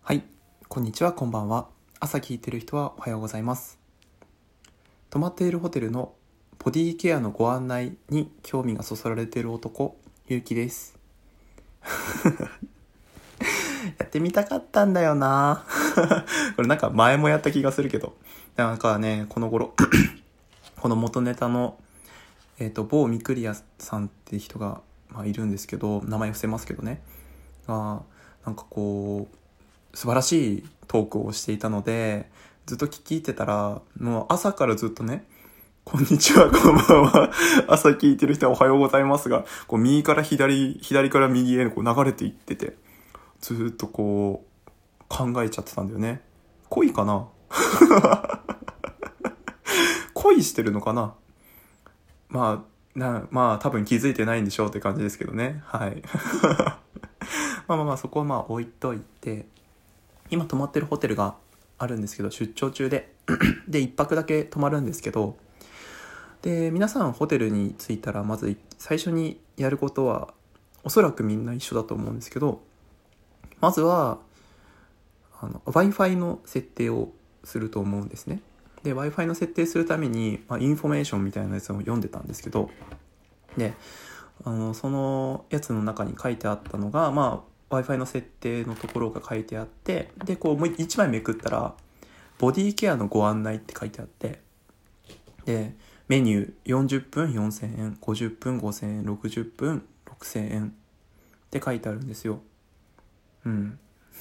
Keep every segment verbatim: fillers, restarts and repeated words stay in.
はい、こんにちは、こんばんは。朝聞いてる人はおはようございます。泊まっているホテルのボディケアのご案内に興味がそそられている男、ゆうきです。やってみたかったんだよなこれなんか前もやった気がするけど、なんかね、この頃この元ネタのえっと某ミクリアさんって人が、まあ、いるんですけど、名前伏せますけどね、がなんかこう素晴らしいトークをしていたので、ずっと聞いてたら、もう朝からずっとね、こんにちは、こんばんは。朝聞いてる人はおはようございますが、こう右から左、左から右へこう流れていってて、ずっとこう考えちゃってたんだよね。恋かな恋してるのかな。まあ、な、まあ多分気づいてないんでしょうって感じですけどね。はい。まあまあまあ、そこはまあ置いといて、今泊まってるホテルがあるんですけど、出張中ででいっぱくだけ泊まるんですけど、で皆さんホテルに着いたらまず最初にやることはおそらくみんな一緒だと思うんですけど、まずはあの Wi-Fi の設定をすると思うんですね。で Wi-Fi の設定するために、まあ、インフォメーションみたいなやつを読んでたんですけど、であのそのやつの中に書いてあったのが、まあ、Wi-Fi の設定のところが書いてあって、でこうもう一枚めくったらボディケアのご案内って書いてあって、でメニューよんじゅっぷんよんせんえん、ごじゅっぷんごせんえん、ろくじゅっぷんろくせんえんって書いてあるんですよ。うん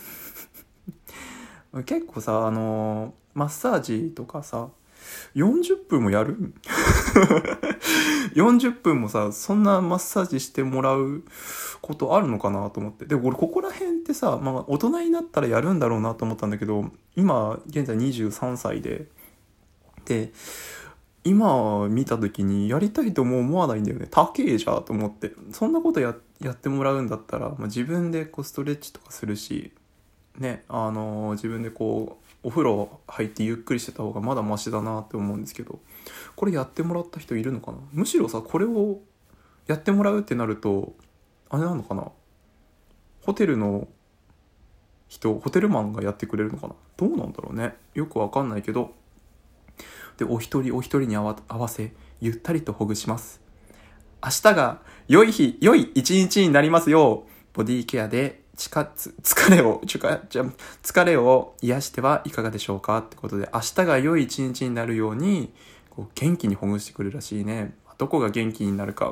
結構さ、あのマッサージとかさよんじゅっぷんもやるよんじゅっぷんもさ、そんなマッサージしてもらうことあるのかなと思って。で俺ここら辺ってさ、まあ大人になったらやるんだろうなと思ったんだけど、今現在にじゅうさんさいでで今見た時にやりたいとも思わないんだよね。高えじゃと思って、そんなことややってもらうんだったら、まあ、自分でこうストレッチとかするしね、あのー自分でこうお風呂入ってゆっくりしてた方がまだマシだなって思うんですけど、これやってもらった人いるのかな。むしろさ、これをやってもらうってなるとあれなのかな、ホテルの人、ホテルマンがやってくれるのかな。どうなんだろうね、よくわかんないけど、でお一人お一人に合わ、合わせゆったりとほぐします。明日が良い日、良い一日になりますよう、ボディケアでちかつ疲れをちゅかじゃ疲れを癒してはいかがでしょうかってことで、明日が良い一日になるようにこう元気にほぐしてくれるらしいね。どこが元気になるか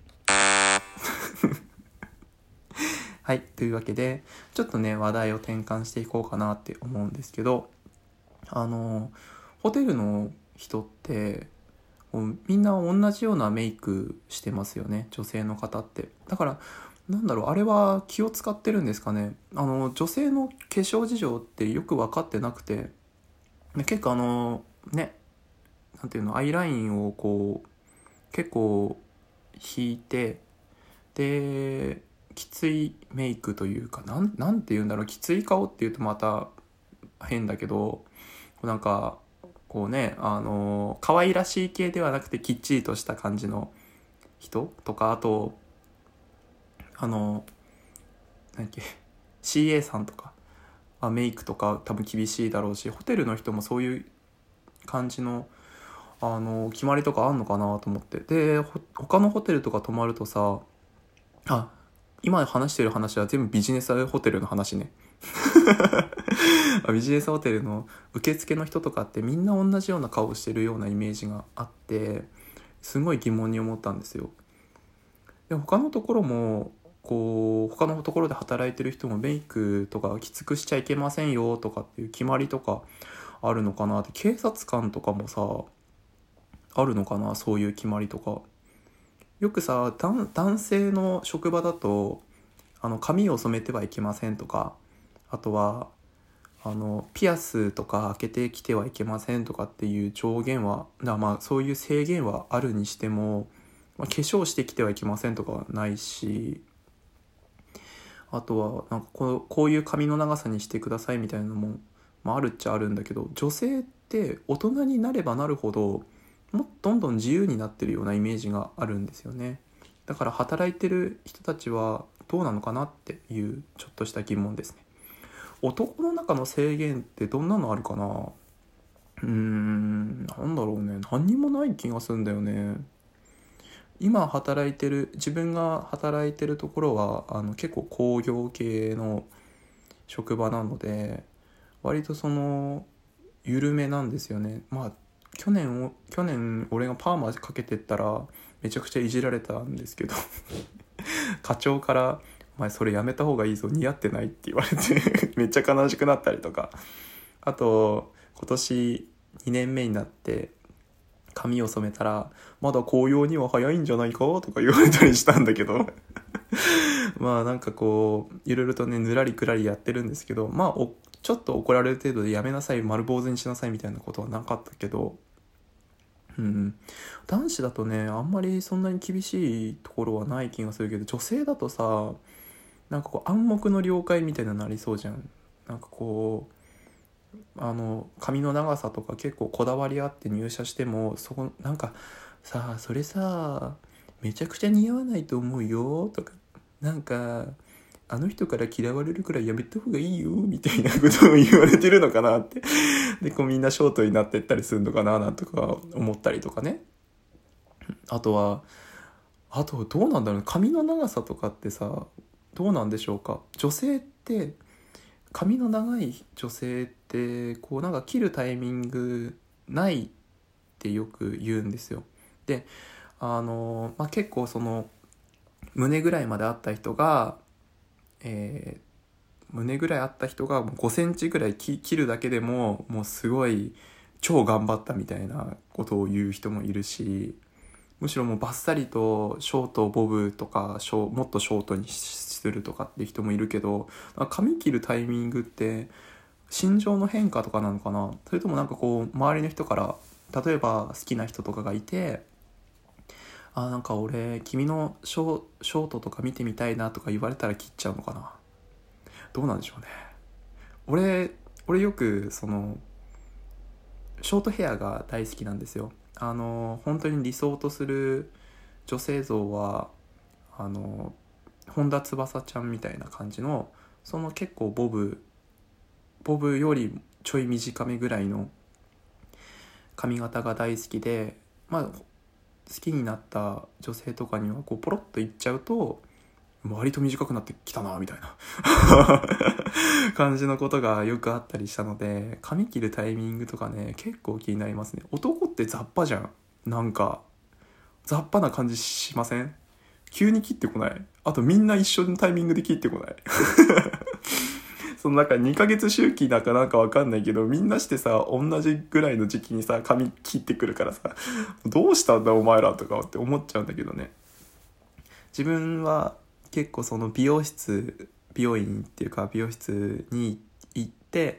はい、というわけでちょっとね話題を転換していこうかなって思うんですけど、あのホテルの人ってみんな同じようなメイクしてますよね、女性の方って。だからなんだろう、あれは気を使ってるんですかね。あの女性の化粧事情ってよく分かってなくて、結構あのね、なんていうの、アイラインをこう結構引いて、できついメイクというか、なんなんていうんだろう、きつい顔っていうとまた変だけど、なんかこうね、あの可愛らしい系ではなくてきっちりとした感じの人とか、あとあの何だっけ シーエー さんとか、あメイクとか多分厳しいだろうし、ホテルの人もそういう感じのあの決まりとかあんのかなと思って。で他のホテルとか泊まるとさ、あ今話してる話は全部ビジネスホテルの話ねビジネスホテルの受付の人とかってみんな同じような顔してるようなイメージがあって、すごい疑問に思ったんですよ。で他のところもこう他のところで働いてる人もメイクとかきつくしちゃいけませんよとかっていう決まりとかあるのかなって。警察官とかもさあるのかな、そういう決まりとか。よくさ男性の職場だとあの髪を染めてはいけませんとか、あとはあのピアスとか開けてきてはいけませんとかっていう上限はな、まあそういう制限はあるにしても、まあ、化粧してきてはいけませんとかはないし、あとはなんかこう、こういう髪の長さにしてくださいみたいなのも、まあ、あるっちゃあるんだけど、女性って大人になればなるほどもっとどんどん自由になってるようなイメージがあるんですよね。だから働いてる人たちはどうなのかなっていうちょっとした疑問ですね。 男の中の制限ってどんなのあるかな。うーんなんだろうね、何にもない気がするんだよね。今働いてる自分が働いてるところはあの結構工業系の職場なので、割とその緩めなんですよね。まあ去年を去年俺がパーマかけてったらめちゃくちゃいじられたんですけど課長から「お前それやめた方がいいぞ、似合ってない」って言われてめっちゃ悲しくなったりとか、あと今年にねんめになって髪を染めたらまだ紅葉には早いんじゃないかとか言われたりしたんだけどまあなんかこういろいろとねぬらりくらりやってるんですけど、まあおちょっと怒られる程度でやめなさい、丸坊主にしなさいみたいなことはなかったけど、うん、男子だとねあんまりそんなに厳しいところはない気がするけど、女性だとさなんかこう暗黙の了解みたいなのありそうじゃん。なんかこうあの髪の長さとか結構こだわりあって入社しても、そこなんかさあそれさめちゃくちゃ似合わないと思うよとか、なんかあの人から嫌われるくらいやめた方がいいよみたいなことを言われてるのかなってでこうみんなショートになってったりするのかななんとか思ったりとかね。あとはあとどうなんだろう、髪の長さとかってさどうなんでしょうか。女性って髪の長い女性ってこうなんか切るタイミングないってよく言うんですよ。であの、まあ、結構その胸ぐらいまであった人が、えー、胸ぐらいあった人がもうごセンチぐらい切るだけでももうすごい超頑張ったみたいなことを言う人もいるし、むしろもうバッサリとショートボブとかショもっとショートにするとかって人もいるけど、髪切るタイミングって心情の変化とかなのかな。それともなんかこう周りの人から例えば好きな人とかがいて、あなんか俺君のショショートとか見てみたいなとか言われたら切っちゃうのかな。どうなんでしょうね。俺俺よくそのショートヘアが大好きなんですよ。あの本当に理想とする女性像はあの本田翼ちゃんみたいな感じの、その結構ボブボブよりちょい短めぐらいの髪型が大好きで、まあ好きになった女性とかにはこうポロッといっちゃうと割と短くなってきたなみたいな感じのことがよくあったりしたので、髪切るタイミングとかね結構気になりますね。男って雑把じゃん。なんか雑把な感じしません？急に切ってこない？あとみんな一緒のタイミングで切ってこないそのなんかにかげつ周期だかなんかわかんないけど、みんなしてさ同じぐらいの時期にさ髪切ってくるからさどうしたんだお前らとかって思っちゃうんだけどね。自分は結構その美容室美容院っていうか美容室に行って、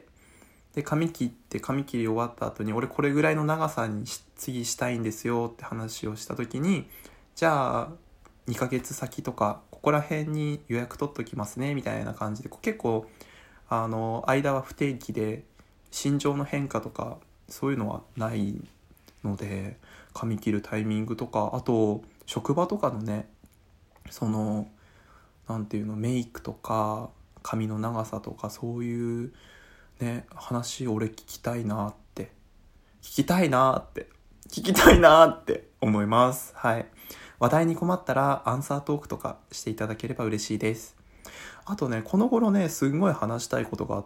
で髪切って髪切り終わった後に俺これぐらいの長さに次したいんですよって話をした時に、じゃあにかげつさきとかここら辺に予約取っときますねみたいな感じで、結構あの間は不定期で心情の変化とかそういうのはないので、髪切るタイミングとか、あと職場とかのねそのなんていうのメイクとか髪の長さとかそういうね話俺聞きたいなって聞きたいなって聞きたいなって思います。はい。話題に困ったらアンサートークとかしていただければ嬉しいです。あとねこの頃ねすんごい話したいことがあって、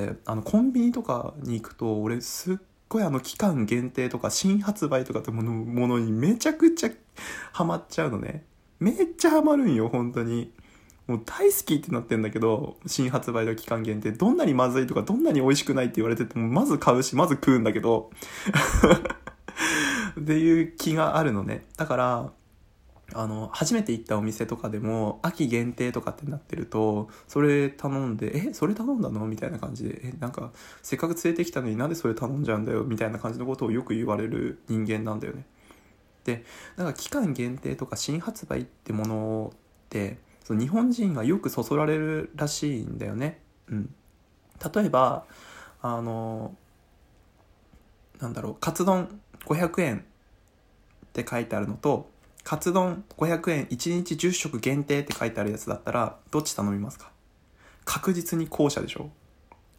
あのコンビニとかに行くと俺すっごいあの期間限定とか新発売とかってものものにめちゃくちゃハマっちゃうのね。めっちゃハマるんよ本当に。もう大好きってなってんだけど、新発売の期間限定どんなにまずいとかどんなに美味しくないって言われててもまず買うしまず食うんだけどっていう気があるのね。だからあの初めて行ったお店とかでも秋限定とかってなってるとそれ頼んで、えそれ頼んだのみたいな感じで、えなんかせっかく連れてきたのになんでそれ頼んじゃうんだよみたいな感じのことをよく言われる人間なんだよね。でなんか期間限定とか新発売ってものってその日本人がよくそそられるらしいんだよね。うん、例えばあのなんだろうカツ丼ごひゃくえんって書いてあるのと、カツ丼ごひゃくえんいちにちじゅっしょく限定って書いてあるやつだったらどっち頼みますか？確実に後者でしょ。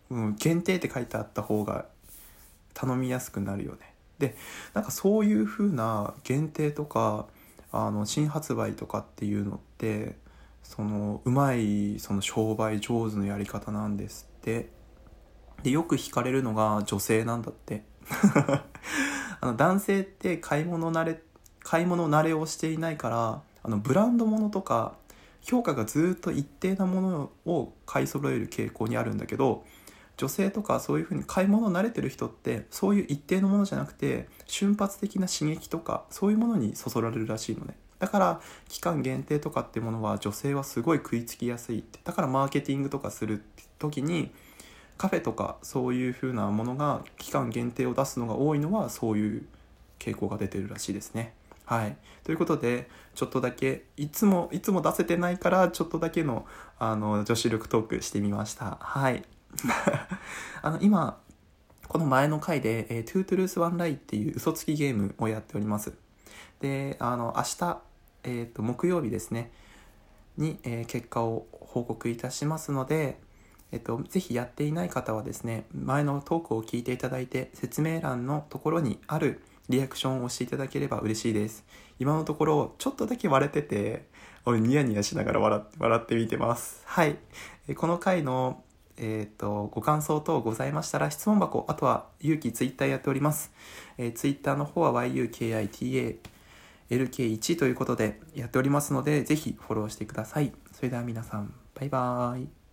うん、限定って書いてあった方が頼みやすくなるよね。でなんかそういう風な限定とかあの新発売とかっていうのってそのうまいその商売上手のやり方なんですって。でよく惹かれるのが女性なんだってあの男性って買い物慣れ買い物慣れをしていないからあのブランド物とか評価がずっと一定なものを買い揃える傾向にあるんだけど、女性とかそういう風に買い物慣れてる人ってそういう一定のものじゃなくて瞬発的な刺激とかそういうものにそそられるらしいのね。だから期間限定とかっていうものは女性はすごい食いつきやすいって。だからマーケティングとかする時にカフェとかそういう風なものが期間限定を出すのが多いのはそういう傾向が出てるらしいですね。はい、ということでちょっとだけいつもいつも出せてないからちょっとだけのあの女子力トークしてみました。はいあの今この前の回で、えー、トゥートゥルースワンライっていう嘘つきゲームをやっております。であの明日、えー、と木曜日ですねに、えー結果を報告いたしますので、えっと、ぜひやっていない方はですね前のトークを聞いていただいて説明欄のところにあるリアクションを押していただければ嬉しいです。今のところちょっとだけ割れてて俺ニヤニヤしながら笑って笑ってみてます。はい、えこの回の、えー、とご感想等ございましたら質問箱、あとはゆうきツイッターやっております。えー、ツイッターの方は ワイユーケーアイティーエーエルケーワン ということでやっておりますのでぜひフォローしてください。それでは皆さんバイバーイ。